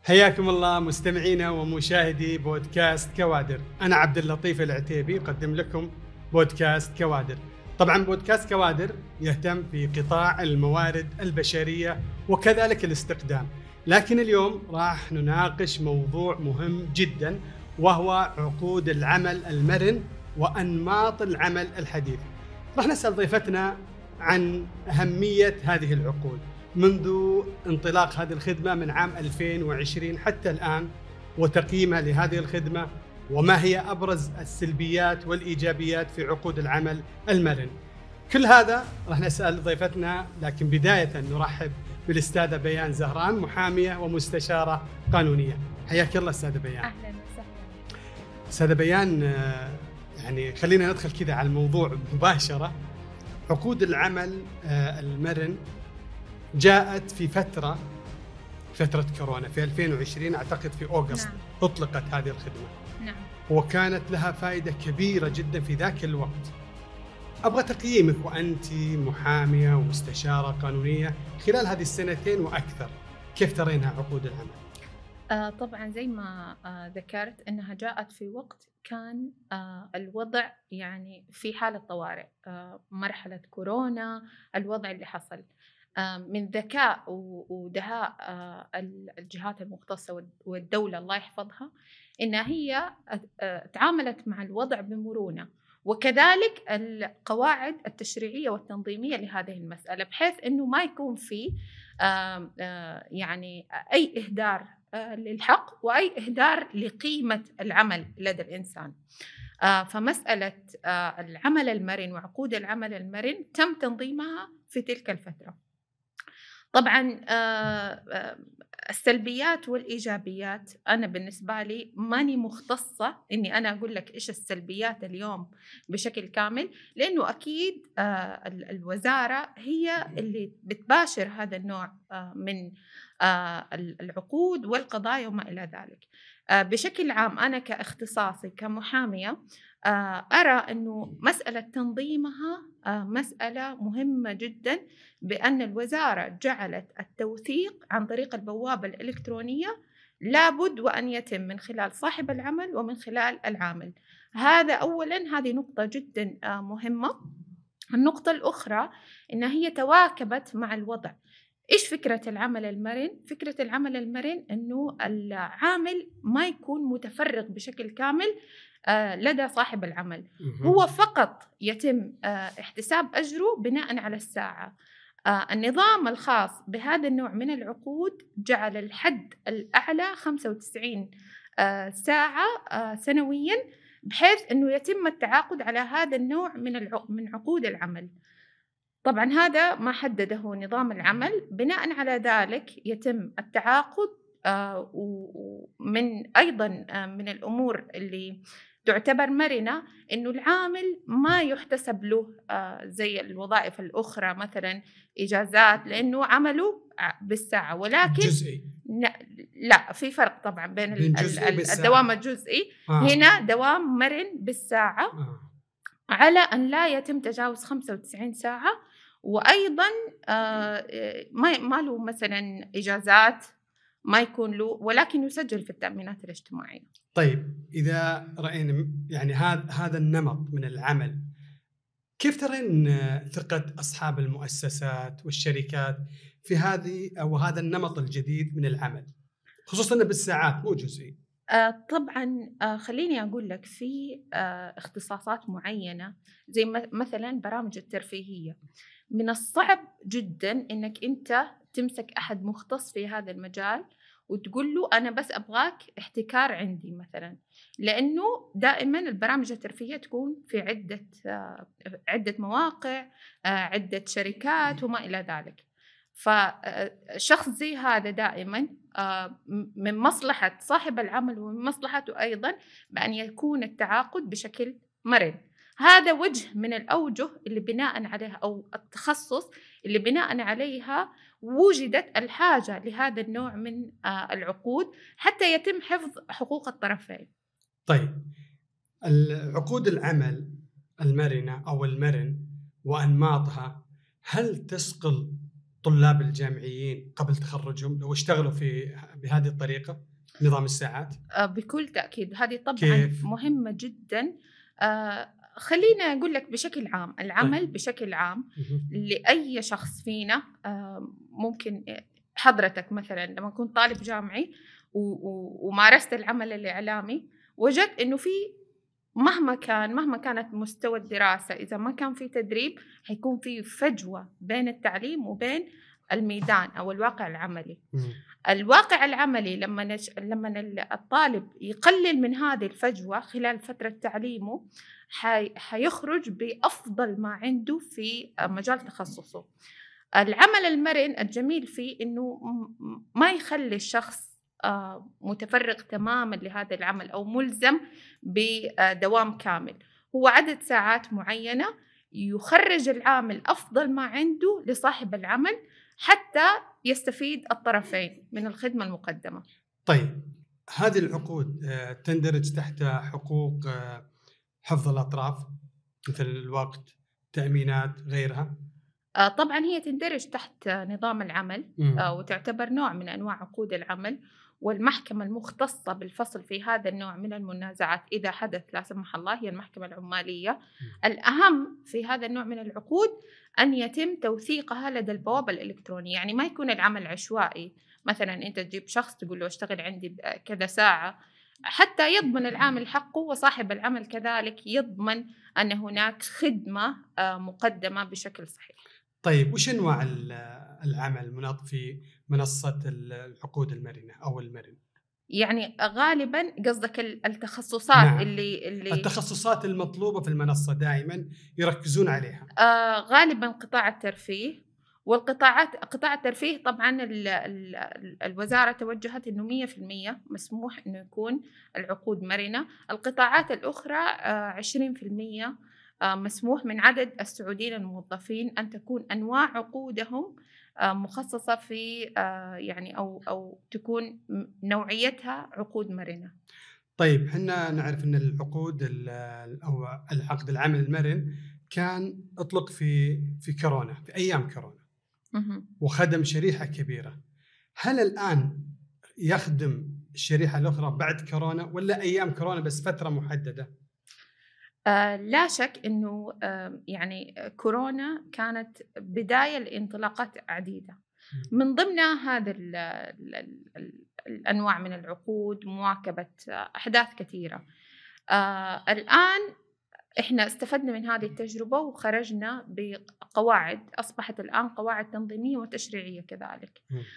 حياكم الله مستمعينا ومشاهدي بودكاست كوادر. أنا عبد اللطيف العتيبي أقدم لكم بودكاست كوادر. طبعا بودكاست كوادر يهتم في قطاع الموارد البشرية وكذلك الاستقدام، لكن اليوم راح نناقش موضوع مهم جدا، وهو عقود العمل المرن وأنماط العمل الحديث. راح نسأل ضيفتنا عن أهمية هذه العقود منذ انطلاق هذه الخدمة من عام 2020 حتى الآن، وتقييمها لهذه الخدمة، وما هي أبرز السلبيات والإيجابيات في عقود العمل المرن. كل هذا راح نسأل ضيفتنا، لكن بداية نرحب بالأستاذة بيان زهران، محامية ومستشارة قانونية. حياك الله أستاذة بيان. أهلا وسهلا. أستاذة بيان، يعني خلينا ندخل كذا على الموضوع مباشرة. عقود العمل المرن جاءت في فترة كورونا في 2020، أعتقد في أغسطس. نعم. أطلقت هذه الخدمة. نعم. وكانت لها فائدة كبيرة جدا في ذاك الوقت. أبغى تقييمك وأنت محامية ومستشارة قانونية خلال هذه السنتين وأكثر، كيف ترينها عقود العمل؟ طبعا زي ما ذكرت أنها جاءت في وقت كان الوضع يعني في حالة طوارئ، مرحلة كورونا، الوضع اللي حصل من ذكاء ودهاء الجهات المختصة والدولة الله يحفظها، إنها هي تعاملت مع الوضع بمرونة، وكذلك القواعد التشريعية والتنظيمية لهذه المسألة، بحيث أنه ما يكون في يعني أي إهدار للحق وأي إهدار لقيمة العمل لدى الإنسان. فمسألة العمل المرن وعقود العمل المرن تم تنظيمها في تلك الفترة. طبعا السلبيات والإيجابيات، أنا بالنسبة لي ماني مختصة إني أنا أقول لك إيش السلبيات اليوم بشكل كامل، لأنه أكيد الوزارة هي اللي بتباشر هذا النوع من العقود والقضايا وما إلى ذلك. بشكل عام أنا كاختصاصي كمحامية أرى أنه مسألة تنظيمها مسألة مهمة جدا، بأن الوزارة جعلت التوثيق عن طريق البوابة الإلكترونية لابد وأن يتم من خلال صاحب العمل ومن خلال العامل. هذا أولا، هذه نقطة جدا مهمة. النقطة الأخرى إن هي تواكبت مع الوضع. إيش فكرة العمل المرن؟ فكرة العمل المرن أنه العامل ما يكون متفرغ بشكل كامل لدى صاحب العمل، هو فقط يتم احتساب أجره بناء على الساعة. النظام الخاص بهذا النوع من العقود جعل الحد الأعلى 95 ساعة سنويا، بحيث أنه يتم التعاقد على هذا النوع من عقود العمل. طبعا هذا ما حدده نظام العمل، بناء على ذلك يتم التعاقد. ومن أيضا من الأمور اللي تعتبر مرنة إنه العامل ما يحتسب له زي الوظائف الأخرى مثلا إجازات، لأنه عمله بالساعة، ولكن جزئي. لا، في فرق طبعا بين الدوام الجزئي. هنا دوام مرن بالساعة على أن لا يتم تجاوز 95 ساعة، وأيضا ما له مثلا إجازات، ما يكون له، ولكن يسجل في التأمينات الاجتماعية. طيب إذا رأينا يعني هذا النمط من العمل، كيف ترين ثقة أصحاب المؤسسات والشركات في هذا النمط الجديد من العمل، خصوصاً بالساعات مو جزئي؟ طبعا خليني أقول لك في اختصاصات معينة، زي مثلا برامج الترفيهية. من الصعب جدا إنك أنت تمسك أحد مختص في هذا المجال وتقول له أنا بس أبغاك احتكار عندي مثلا، لأنه دائما البرامج الترفيهية تكون في عدة مواقع، عدة شركات وما إلى ذلك. فشخص زي هذا دائما من مصلحة صاحب العمل ومن مصلحته أيضا بأن يكون التعاقد بشكل مرن. هذا وجه من الأوجه اللي بناء عليها، أو التخصص اللي بناء عليها وجدت الحاجة لهذا النوع من العقود حتى يتم حفظ حقوق الطرفين. طيب، العقود العمل المرنة أو المرن وأنماطها هل تسقل طلاب الجامعيين قبل تخرجهم لو اشتغلوا بهذه الطريقة نظام الساعات؟ بكل تأكيد هذه طبعا كيف؟ مهمة جدا. خلينا أقول لك بشكل عام العمل طيب. بشكل عام لأي شخص فينا. ممكن حضرتك مثلا لما كنت طالب جامعي ومارست العمل الإعلامي وجدت إنه في مهما كانت مستوى الدراسة، إذا ما كان في تدريب حيكون في فجوة بين التعليم وبين الميدان أو الواقع العملي. الواقع العملي لما الطالب يقلل من هذه الفجوة خلال فترة تعليمه حيخرج بأفضل ما عنده في مجال تخصصه. العمل المرن الجميل فيه إنه ما يخلي الشخص متفرغ تماما لهذا العمل أو ملزم بدوام كامل. هو عدد ساعات معينة يخرج العامل أفضل ما عنده لصاحب العمل حتى يستفيد الطرفين من الخدمة المقدمة. طيب هذه العقود تندرج تحت حقوق حفظ الأطراف مثل الوقت، تأمينات، غيرها؟ طبعا هي تندرج تحت نظام العمل وتعتبر نوع من أنواع عقود العمل، والمحكمة المختصة بالفصل في هذا النوع من المنازعات إذا حدث لا سمح الله هي المحكمة العمالية. الأهم في هذا النوع من العقود أن يتم توثيقها لدى البوابة الإلكترونية، يعني ما يكون العمل عشوائي. مثلا أنت تجيب شخص تقول له اشتغل عندي كذا ساعة، حتى يضمن العامل حقه وصاحب العمل كذلك يضمن أن هناك خدمة مقدمة بشكل صحيح. طيب وش أنواع العمل المناط في منصة العقود المرنة أو المرن؟ يعني غالبا قصدك التخصصات. نعم. اللي التخصصات المطلوبة في المنصة دائما يركزون عليها. غالبا قطاع الترفيه قطاع الترفيه طبعا الوزارة توجهت إنه 100% مسموح إنه يكون العقود مرنة. القطاعات الأخرى 20% مسموح من عدد السعوديين الموظفين أن تكون أنواع عقودهم مخصصة في يعني أو تكون نوعيتها عقود مرنة. طيب حنا نعرف أن العقود أو العقد العمل المرن كان أطلق في كورونا، في أيام كورونا، وخدم شريحة كبيرة. هل الآن يخدم الشريحة الأخرى بعد كورونا ولا أيام كورونا بس فترة محددة؟ لا شك أنه يعني كورونا كانت بداية لانطلاقات عديدة، من ضمنها هذا الأنواع من العقود، مواكبة أحداث كثيرة. الآن إحنا استفدنا من هذه التجربة وخرجنا بقواعد أصبحت الآن قواعد تنظيمية وتشريعية كذلك.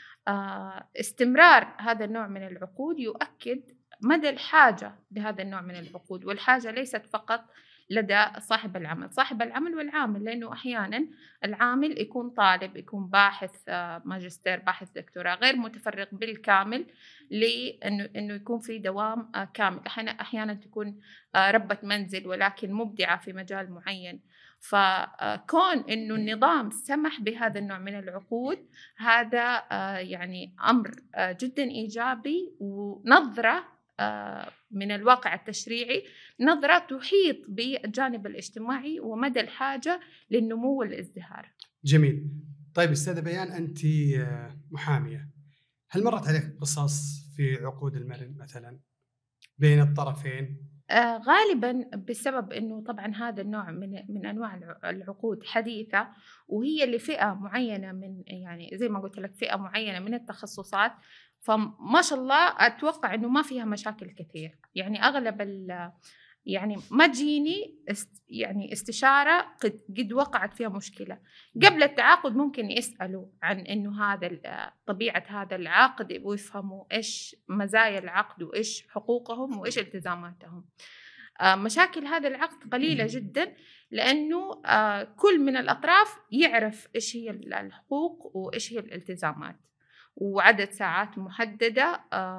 استمرار هذا النوع من العقود يؤكد مدى الحاجة لهذا النوع من العقود، والحاجة ليست فقط لدى صاحب العمل والعامل، لأنه أحيانا العامل يكون طالب، يكون باحث ماجستير، باحث دكتوراه، غير متفرغ بالكامل لأنه يكون في دوام كامل. أحيانا تكون ربة منزل ولكن مبدعة في مجال معين. فكون إنه النظام سمح بهذا النوع من العقود هذا يعني أمر جدا إيجابي، ونظرة من الواقع التشريعي، نظرة تحيط بالجانب الاجتماعي ومدى الحاجة للنمو والازدهار. جميل. طيب أستاذة بيان، أنت محامية، هل مرت عليك قصص في عقود المرن مثلا بين الطرفين؟ غالبا بسبب أنه طبعا هذا النوع من أنواع العقود حديثة، وهي لفئة معينة من، يعني زي ما قلت لك، فئة معينة من التخصصات، فما شاء الله أتوقع أنه ما فيها مشاكل كثير. يعني أغلب يعني ما تجيني يعني استشارة قد وقعت فيها مشكلة قبل التعاقد، ممكن يسألوا عن إنه هذا طبيعة هذا العقد ويفهموا إيش مزايا العقد وإيش حقوقهم وإيش التزاماتهم. مشاكل هذا العقد قليلة جدا، لأنه كل من الأطراف يعرف إيش هي الحقوق وإيش هي الالتزامات وعدد ساعات محددة.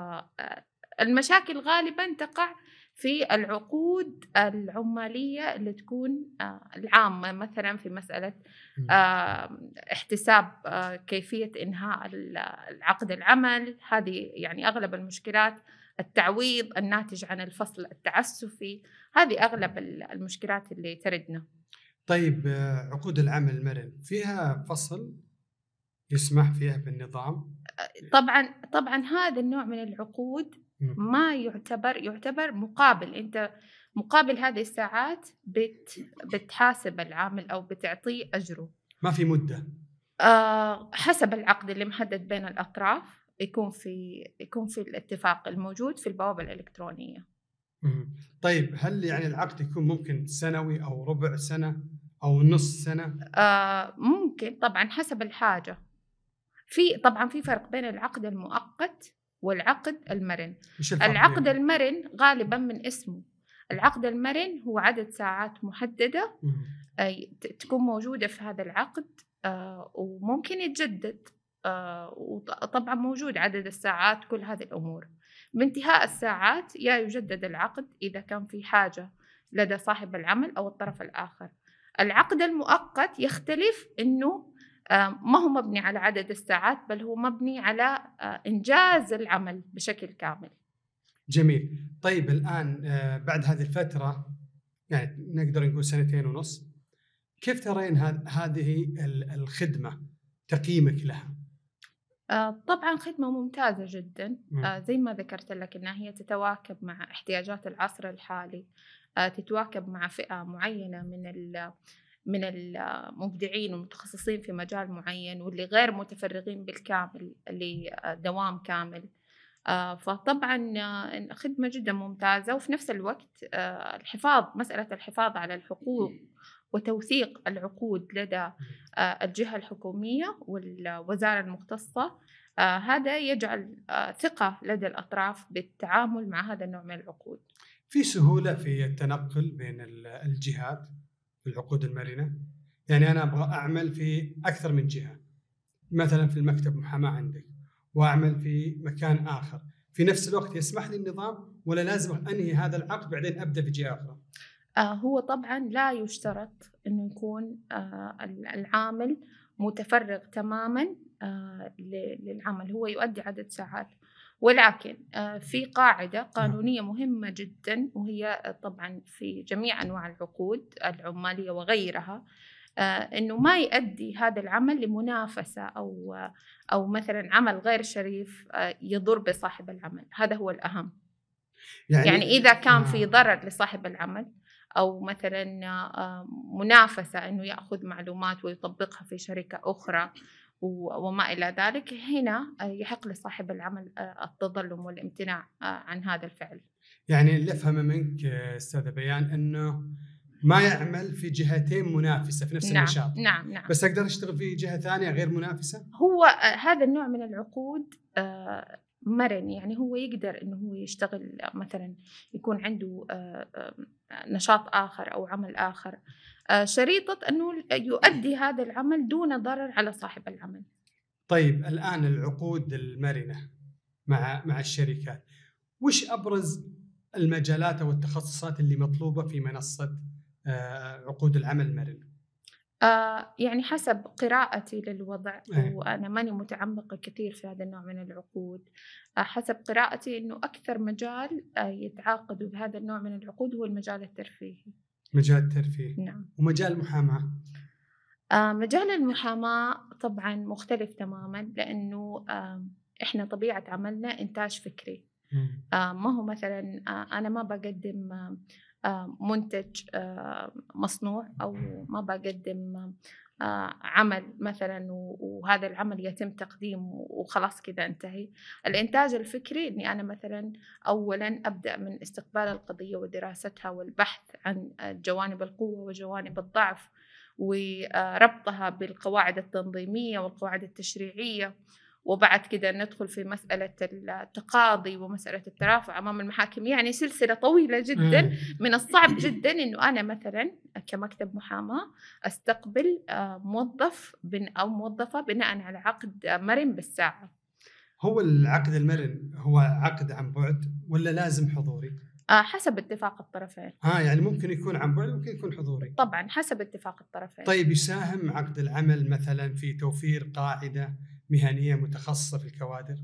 المشاكل غالبا تقع في العقود العمالية اللي تكون العامة، مثلا في مسألة احتساب كيفية إنهاء العقد العمل. هذه يعني أغلب المشكلات، التعويض الناتج عن الفصل التعسفي، هذه أغلب المشكلات اللي تردنا. طيب عقود العمل المرن فيها فصل يسمح فيها بالنظام؟ طبعا هذا النوع من العقود ما يعتبر مقابل. أنت مقابل هذه الساعات بتحاسب العامل أو بتعطيه أجره. ما في مدة؟ حسب العقد اللي محدد بين الأطراف يكون في الاتفاق الموجود في البوابة الإلكترونية. طيب هل يعني العقد يكون ممكن سنوي أو ربع سنة أو نص سنة؟ ممكن طبعا حسب الحاجة. طبعا في فرق بين العقد المؤقت والعقد المرن. العقد المرن غالبا من اسمه، العقد المرن هو عدد ساعات محددة تكون موجودة في هذا العقد وممكن يتجدد، وطبعا موجود عدد الساعات، كل هذه الأمور. بانتهاء الساعات يا يجدد العقد إذا كان في حاجة لدى صاحب العمل أو الطرف الآخر. العقد المؤقت يختلف إنه ما هو مبني على عدد الساعات، بل هو مبني على إنجاز العمل بشكل كامل. جميل. طيب الآن بعد هذه الفترة، يعني نقدر نقول 2.5 سنين، كيف ترين هذه الخدمة تقييمك لها؟ طبعا خدمة ممتازة جدا. زي ما ذكرت لك إنها هي تتواكب مع احتياجات العصر الحالي، تتواكب مع فئة معينة من المبدعين والمتخصصين في مجال معين، واللي غير متفرغين بالكامل لدوام كامل. فطبعا خدمة جدا ممتازة، وفي نفس الوقت مسألة الحفاظ على الحقوق وتوثيق العقود لدى الجهة الحكومية والوزارة المختصة، هذا يجعل ثقة لدى الأطراف بالتعامل مع هذا النوع من العقود. في سهولة في التنقل بين الجهات في العقود المرنة؟ يعني أنا أبغى أعمل في أكثر من جهة، مثلا في المكتب محاماة عندك وأعمل في مكان آخر، في نفس الوقت يسمح لي النظام ولا لازم أنهي هذا العقد بعدين أبدأ في جهة أخرى؟ هو طبعا لا يشترط أنه يكون العامل متفرغ تماما للعمل، هو يؤدي عدد ساعات، ولكن في قاعدة قانونية مهمة جدا، وهي طبعا في جميع أنواع العقود العمالية وغيرها، أنه ما يؤدي هذا العمل لمنافسة أو مثلا عمل غير شريف يضر بصاحب العمل. هذا هو الأهم. يعني إذا كان في ضرر لصاحب العمل أو مثلا منافسة أنه يأخذ معلومات ويطبقها في شركة أخرى وما إلى ذلك، هنا يحق لصاحب العمل التظلم والامتناع عن هذا الفعل. يعني اللي أفهمه منك أستاذة بيان أنه ما يعمل في جهتين منافسة في نفس النشاط. نعم. بس أقدر أشتغل في جهة ثانية غير منافسة؟ هو هذا النوع من العقود مرن، يعني هو يقدر إنه هو يشتغل، مثلا يكون عنده نشاط آخر أو عمل آخر، شريطة أنه يؤدي هذا العمل دون ضرر على صاحب العمل. طيب الآن العقود المرنة مع الشركات، وش أبرز المجالات أو التخصصات اللي مطلوبة في منصة عقود العمل المرنة؟ يعني حسب قراءتي للوضع، وأنا ماني متعمقة كثير في هذا النوع من العقود، حسب قراءتي أنه أكثر مجال يتعاقدوا بهذا النوع من العقود هو المجال الترفيهي. مجال الترفيه. نعم. ومجال المحاماة؟ مجال المحاماة طبعا مختلف تماما، لأنه إحنا طبيعة عملنا إنتاج فكري. ما هو مثلا أنا ما بقدم منتج مصنوع، أو ما بقدم عمل مثلا وهذا العمل يتم تقديمه وخلاص كذا انتهي. الإنتاج الفكري إني أنا مثلا أولا أبدأ من استقبال القضية ودراستها والبحث عن جوانب القوة وجوانب الضعف وربطها بالقواعد التنظيمية والقواعد التشريعية، وبعد كده ندخل في مسألة التقاضي ومسألة الترافع أمام المحاكم. يعني سلسلة طويلة جدا. من الصعب جدا إنه أنا مثلا كمكتب محاماة أستقبل موظف أو موظفة بناء على عقد مرن بالساعة. هو العقد المرن هو عقد عن بعد ولا لازم حضوري؟ حسب اتفاق الطرفين. يعني ممكن يكون عن بعد وممكن يكون حضوري. طبعا حسب اتفاق الطرفين. طيب يساهم عقد العمل مثلا في توفير قاعدة مهنية متخصصة في الكوادر؟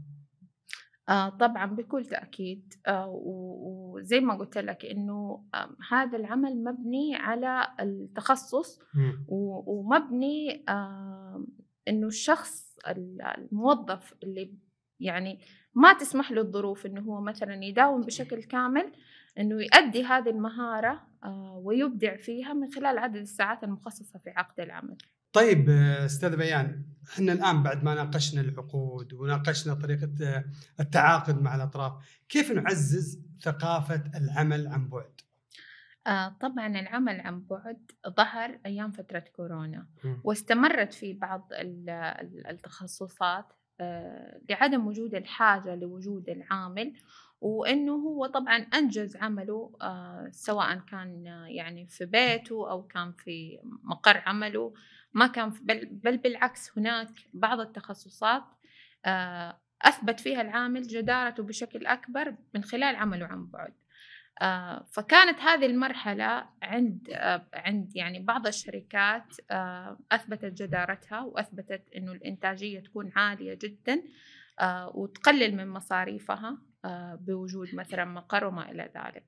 طبعا بكل تأكيد. وزي ما قلت لك إنه هذا العمل مبني على التخصص ومبني إنه الشخص الموظف اللي يعني ما تسمح له الظروف إنه هو مثلا يداوم بشكل كامل، إنه يؤدي هذه المهارة ويبدع فيها من خلال عدد الساعات المخصصة في عقد العمل. طيب أستاذ بيان، احنا الآن بعد ما ناقشنا العقود وناقشنا طريقة التعاقد مع الأطراف، كيف نعزز ثقافة العمل عن بعد؟ طبعا العمل عن بعد ظهر أيام فترة كورونا، واستمرت في بعض التخصصات لعدم وجود الحاجة لوجود العامل، وإنه هو طبعا أنجز عمله سواء كان يعني في بيته أو كان في مقر عمله، ما كان بل بالعكس هناك بعض التخصصات أثبت فيها العامل جدارته بشكل أكبر من خلال عمله عن بعد. فكانت هذه المرحلة عند يعني بعض الشركات أثبتت جدارتها، وأثبتت إنه الإنتاجية تكون عالية جدا وتقلل من مصاريفها بوجود مثلا مقر وما إلى ذلك.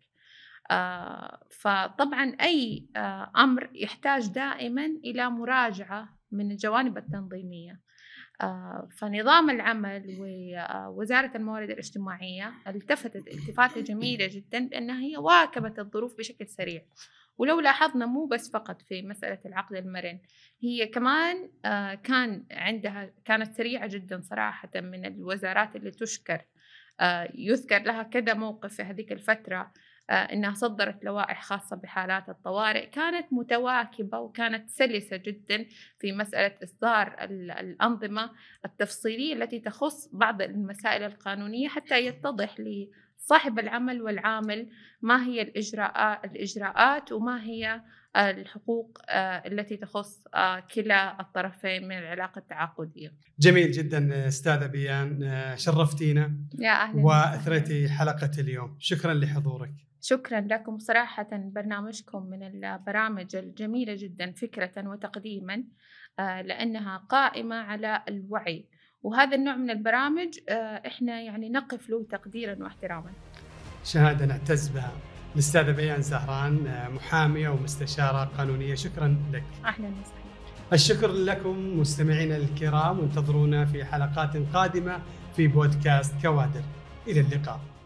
فطبعا أي أمر يحتاج دائما إلى مراجعة من الجوانب التنظيمية. فنظام العمل ووزارة الموارد الاجتماعية التفتت التفاتة جميلة جدا، لأنها هي واكبت الظروف بشكل سريع. ولو لاحظنا مو بس فقط في مسألة العقد المرن، هي كمان كانت سريعة جدا صراحة، من الوزارات اللي تشكر. يذكر لها كذا موقف في هذيك الفترة، إنها صدرت لوائح خاصة بحالات الطوارئ، كانت متواكبة وكانت سلسة جدا في مسألة إصدار الأنظمة التفصيلية التي تخص بعض المسائل القانونية، حتى يتضح لصاحب العمل والعامل ما هي الإجراءات وما هي الحقوق التي تخص كلا الطرفين من العلاقة التعاقدية. جميل جدا أستاذة بيان، شرفتينا يا أهلا وأثريتي حلقة اليوم. شكرا لحضورك. شكرا لكم صراحة، برنامجكم من البرامج الجميلة جدا فكرة وتقديما، لأنها قائمة على الوعي، وهذا النوع من البرامج إحنا يعني نقف له تقديرا واحتراما. شهادة نعتز بها. الأستاذة بيان زهران، محامية ومستشارة قانونية، شكرا لك. أهلا وسهلا. الشكر لكم مستمعينا الكرام، وانتظرونا في حلقات قادمة في بودكاست كوادر. إلى اللقاء.